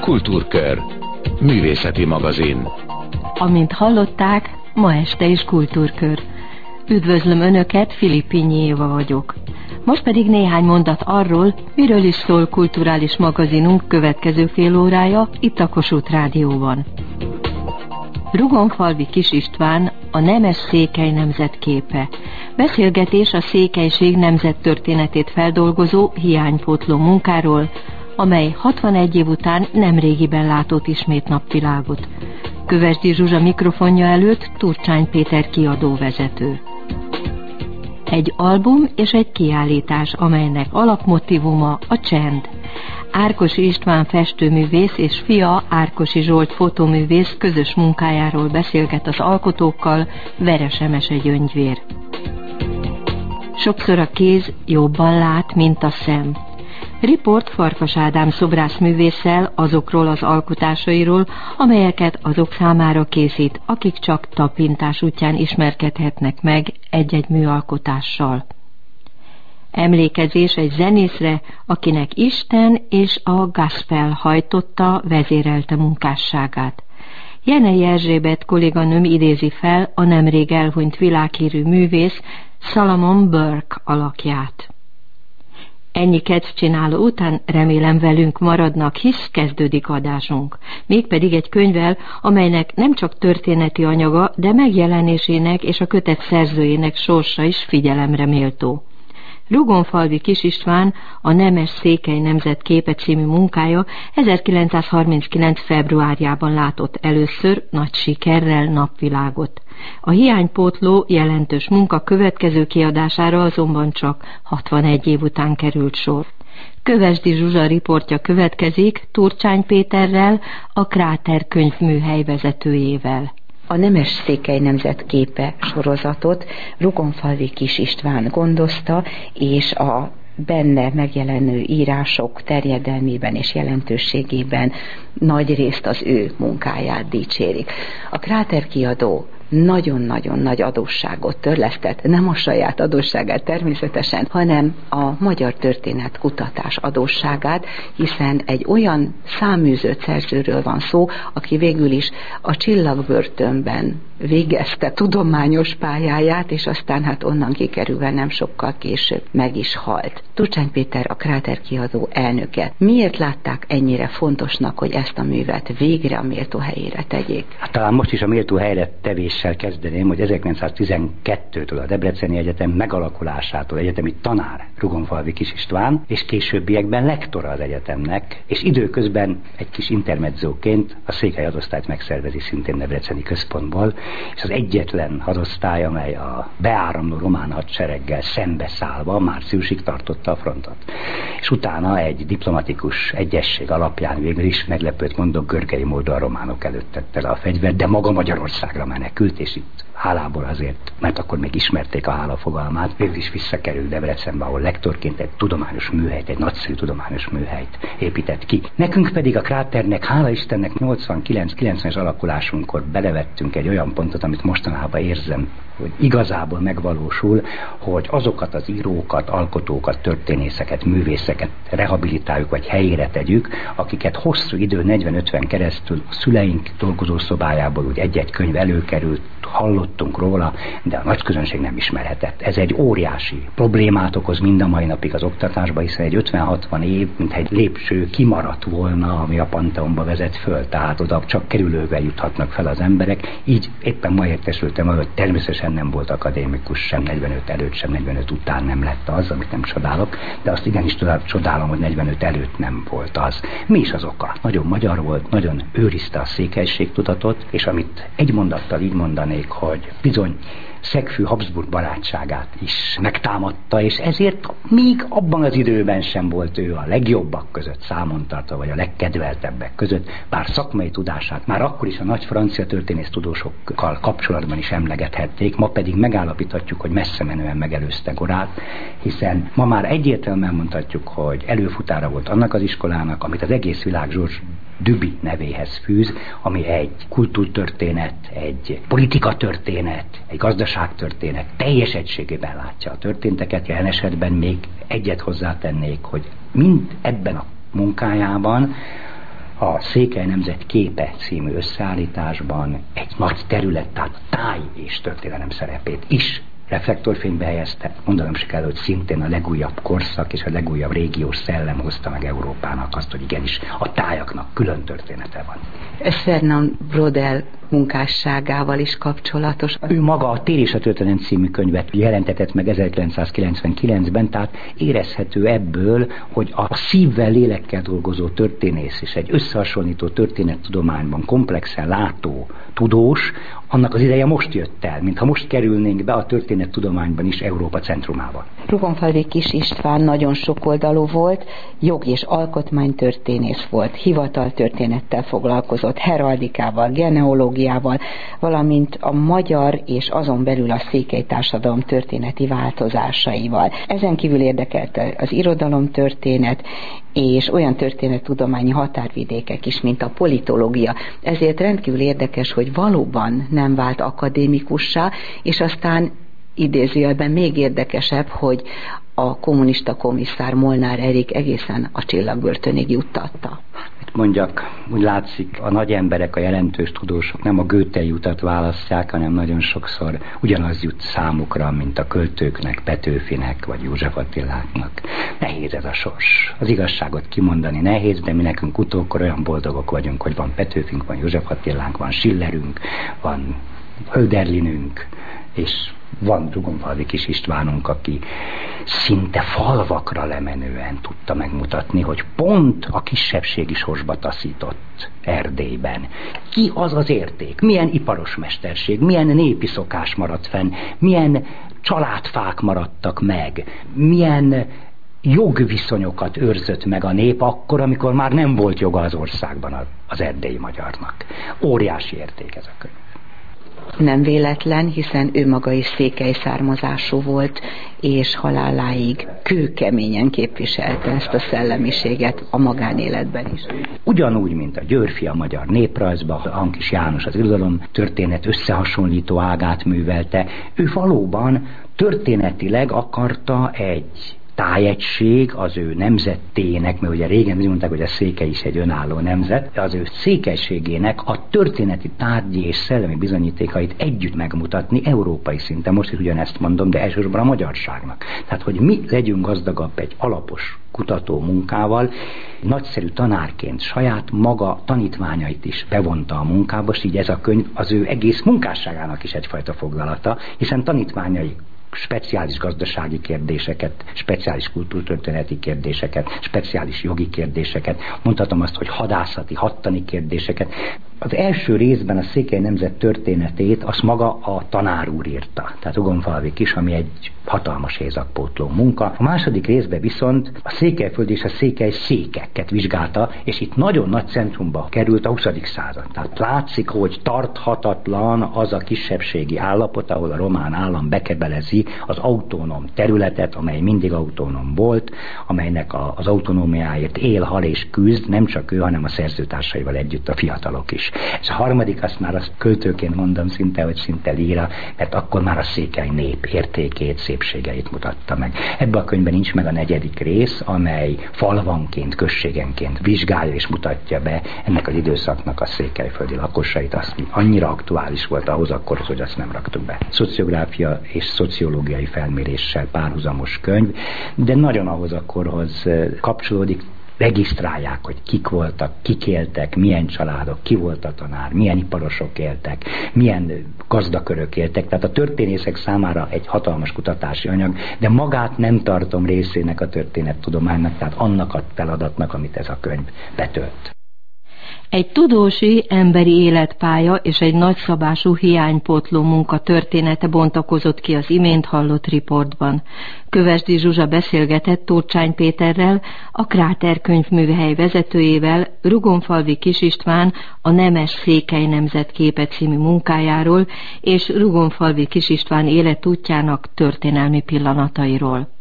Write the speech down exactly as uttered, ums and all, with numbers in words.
Kultúrkör. Művészeti magazin. Amint hallották, ma este is Kultúrkör. Üdvözlöm Önöket, Filippinyi Éva vagyok. Most pedig néhány mondat arról, miről is szól kulturális magazinunk következő fél órája itt a Kossuth Rádióban. Rugonfalvi Kis István, a nemes székely nemzet képe. Beszélgetés a székelység nemzettörténetét feldolgozó hiánypótló munkáról, amely hatvanegy év után nemrégiben látott ismét napvilágot. Kövesdi Zsuzsa mikrofonja előtt Turcsány Péter kiadóvezető. Egy album és egy kiállítás, amelynek alapmotívuma a csend. Árkosi István festőművész és fia Árkosi Zsolt fotóművész közös munkájáról beszélget az alkotókkal Veres Emese Gyöngyvér. Sokszor a kéz jobban lát, mint a szem. Riport Farkas Ádám szobrászművésszel azokról az alkotásairól, amelyeket azok számára készít, akik csak tapintás útján ismerkedhetnek meg egy-egy műalkotással. Emlékezés egy zenészre, akinek Isten és a gospel hajtotta, vezérelte munkásságát. Jenei Erzsébet kolléganőm idézi fel a nemrég elhunyt világhírű művész Salomon Burke alakját. Ennyi kedvcsináló után remélem velünk maradnak, hisz kezdődik adásunk. Mégpedig egy könyvvel, amelynek nem csak történeti anyaga, de megjelenésének és a kötet szerzőjének sorsa is figyelemre méltó. Rugonfalvi Kis István, a nemes székely nemzet képe című munkája ezerkilencszázharminckilenc februárjában látott először nagy sikerrel napvilágot. A hiánypótló jelentős munka következő kiadására azonban csak hatvanegy év után került sor. Kövesdi Zsuzsa riportja következik Turcsány Péterrel, a Kráter könyvműhely vezetőjével. A nemes székely nemzet képe sorozatot Rugonfalvi Kis István gondozta, és a benne megjelenő írások terjedelmében és jelentőségében nagy részt az ő munkáját dicsérik. A Kráter kiadó nagyon-nagyon nagy adósságot törlesztett, nem a saját adósságát természetesen, hanem a magyar történet kutatás adósságát, hiszen egy olyan száműzött szerzőről van szó, aki végül is a Csillagbörtönben végezte tudományos pályáját, és aztán hát onnan kikerülve nem sokkal később meg is halt. Turcsány Péter, a Kráter kiadó elnöke. Miért látták ennyire fontosnak, hogy ezt a művet végre a méltó helyére tegyék? Hát talán most is a méltó helyre tevéssel kezdeném, hogy ezerkilencszáztizenkettőtől a Debreceni Egyetem megalakulásától egyetemi tanár Rugonfalvi Kis István, és későbbiekben lektora az egyetemnek, és időközben egy kis intermedzóként a székely hadosztályt megszervezi szintén Debreceni központból, és az egyetlen hadosztály, amely a beáramló román hadsereggel szembeszállva márciusig tartotta a frontot. És utána egy diplomatikus egyesség alapján végül is meglepőt mondok, görgei módon a románok előtt tette le a fegyvert, de maga Magyarországra menekült, és itt hálából azért, mert akkor még ismerték a hála fogalmát, végül is visszakerült Debrecenbe, ahol lektorként egy tudományos műhelyt, egy nagyszerű tudományos műhelyt épített ki. Nekünk pedig a Kráternek, hála Istennek nyolcvankilenc-kilencvenes alakulásunkkor belevettünk egy olyan pontot, amit mostanában érzem, hogy igazából megvalósul, hogy azokat az írókat, alkotókat, történészeket, művészeket rehabilitáljuk, vagy helyére tegyük, akiket hosszú idő, negyven-ötven keresztül a szüleink dolgozószobájából úgy egy-egy könyv előkerült, hallottunk róla, de a nagy közönség nem ismerhetett. Ez egy óriási problémát okoz mind a mai napig az oktatásban, hiszen egy ötven-hatvan év, mint egy lépcső kimaradt volna, ami a Panteonba vezet föl, tehát oda csak kerülővel juthatnak fel az emberek. Így éppen ma értesültem, hogy természetesen nem volt akadémikus, sem negyvenöt előtt, sem negyvenöt után nem lett az, amit nem csodálok, de azt igenis csodálom, hogy negyvenöt előtt nem volt az. Mi is az oka? Nagyon magyar volt, nagyon őrizte a székelységtudatot, és amit egy mondattal így mondanék, hogy bizony Szegfű Habsburg barátságát is megtámadta, és ezért még abban az időben sem volt ő a legjobbak között számon tartva, vagy a legkedveltebbek között, bár szakmai tudását már akkor is a nagy francia történész tudósokkal kapcsolatban is emlegethették, ma pedig megállapíthatjuk, hogy messze menően megelőzte korát, hiszen ma már egyértelműen mondhatjuk, hogy előfutára volt annak az iskolának, amit az egész világ George Duby nevéhez fűz, ami egy kultúrtörténet, egy politikatörténet, egy gazdaságtörténet, teljes egységében látja a történteket. Jelen esetben még egyet hozzátennék, hogy mind ebben a munkájában a Székely Nemzet képe című összeállításban egy nagy terület, tehát a táj és történelem szerepét is reflektorfénybe helyezte. Mondanom se kell, hogy szintén a legújabb korszak és a legújabb régiós szellem hozta meg Európának azt, hogy igenis a tájaknak külön története van. Ez Fernand Braudel munkásságával is kapcsolatos. Ő maga a Tér és a történelem című könyvet jelentetett meg ezerkilencszázkilencvenkilencben, tehát érezhető ebből, hogy a szívvel, lélekkel dolgozó történész és egy összehasonlító történettudományban komplexen látó tudós, annak az ideje most jött el, mintha most kerülnénk be a történettudományban is Európa centrumába. Rugonfalvi Kis István nagyon sokoldalú volt, jog- és alkotmánytörténész volt, hivataltörténettel foglalkozott, heraldikával, genealógiával, valamint a magyar és azon belül a székely társadalom történeti változásaival. Ezen kívül érdekelte az irodalomtörténet, és olyan történettudományi határvidékek is, mint a politológia. Ezért rendkívül érdekes, hogy valóban nem vált akadémikussá, és aztán idézőjelben még érdekesebb, hogy a kommunista komisszár Molnár Erik egészen a csillagbörtönig juttatta. Itt mondjak, úgy látszik, a nagy emberek, a jelentős tudósok nem a Goethe utat választják, hanem nagyon sokszor ugyanaz jut számukra, mint a költőknek, Petőfinek vagy József Attiláknak. Nehéz ez a sors. Az igazságot kimondani nehéz, de mi nekünk utókor olyan boldogok vagyunk, hogy van Petőfink, van József Attilánk, van Schillerünk, van Hölderlinünk, és van Rugonfalvi Kis Istvánunk, aki szinte falvakra lemenően tudta megmutatni, hogy pont a kisebbségi sorsba taszított Erdélyben ki az az érték, milyen iparos mesterség, milyen népi szokás maradt fenn, milyen családfák maradtak meg, milyen jogviszonyokat őrzött meg a nép akkor, amikor már nem volt joga az országban az erdélyi magyarnak. Óriási érték ez a könyv. Nem véletlen, hiszen ő maga is székely származású volt, és haláláig kőkeményen képviselte ezt a szellemiséget a magánéletben is. Ugyanúgy, mint a Györfi a magyar néprajzba, Hankis János az irodalom történet összehasonlító ágát művelte, ő valóban történetileg akarta egy tájegység az ő nemzetének, mert ugye régen úgy mondták, hogy a székely is egy önálló nemzet, az ő székelységének a történeti tárgyi és szellemi bizonyítékait együtt megmutatni európai szinten. Most is ugyanezt mondom, de elsősorban a magyarságnak. Tehát, hogy mi legyünk gazdagabb egy alapos kutató munkával, nagyszerű tanárként saját maga tanítványait is bevonta a munkába, és így ez a könyv az ő egész munkásságának is egyfajta foglalata, hiszen tanítványai speciális gazdasági kérdéseket, speciális kultúrtörténeti kérdéseket, speciális jogi kérdéseket, mondhatom azt, hogy hadászati, hattani kérdéseket. Az első részben a Székely Nemzet történetét azt maga a tanár úr írta, tehát Rugonfalvi Kis, ami egy hatalmas hézagpótló munka. A második részben viszont a Székelyföld és a székely székeket vizsgálta, és itt nagyon nagy centrumba került a huszadik század. Tehát látszik, hogy tarthatatlan az a kisebbségi állapot, ahol a román állam bekebelezi az autonóm területet, amely mindig autonóm volt, amelynek a, az autonómiáért él, hal és küzd, nem csak ő, hanem a szerzőtársaival együtt a fiatalok is. És a harmadik, azt már azt költőként mondom szinte, hogy szinte líra, mert akkor már a székely nép értékét, szépségeit mutatta meg. Ebben a könyvben nincs meg a negyedik rész, amely falvanként, községenként vizsgálja és mutatja be ennek az időszaknak a székelyföldi lakosait. Az annyira aktuális volt ahhoz akkorhoz, hogy azt nem raktuk be. Szociográfia és szociológiai felméréssel párhuzamos könyv, de nagyon ahhoz akkorhoz kapcsolódik, regisztrálják, hogy kik voltak, kik éltek, milyen családok, ki volt a tanár, milyen iparosok éltek, milyen gazdakörök éltek. Tehát a történészek számára egy hatalmas kutatási anyag, de magát nem tartom részének a történettudománynak, tehát annak a feladatnak, amit ez a könyv betölt. Egy tudósi, emberi életpálya és egy nagyszabású hiánypótló munka története bontakozott ki az imént hallott riportban. Kövesdi Zsuzsa beszélgetett Turcsány Péterrel, a Kráter könyvműhely vezetőjével, Rugonfalvi Kis István a Nemes Székely Nemzet képe című munkájáról és Rugonfalvi Kis István életútjának történelmi pillanatairól.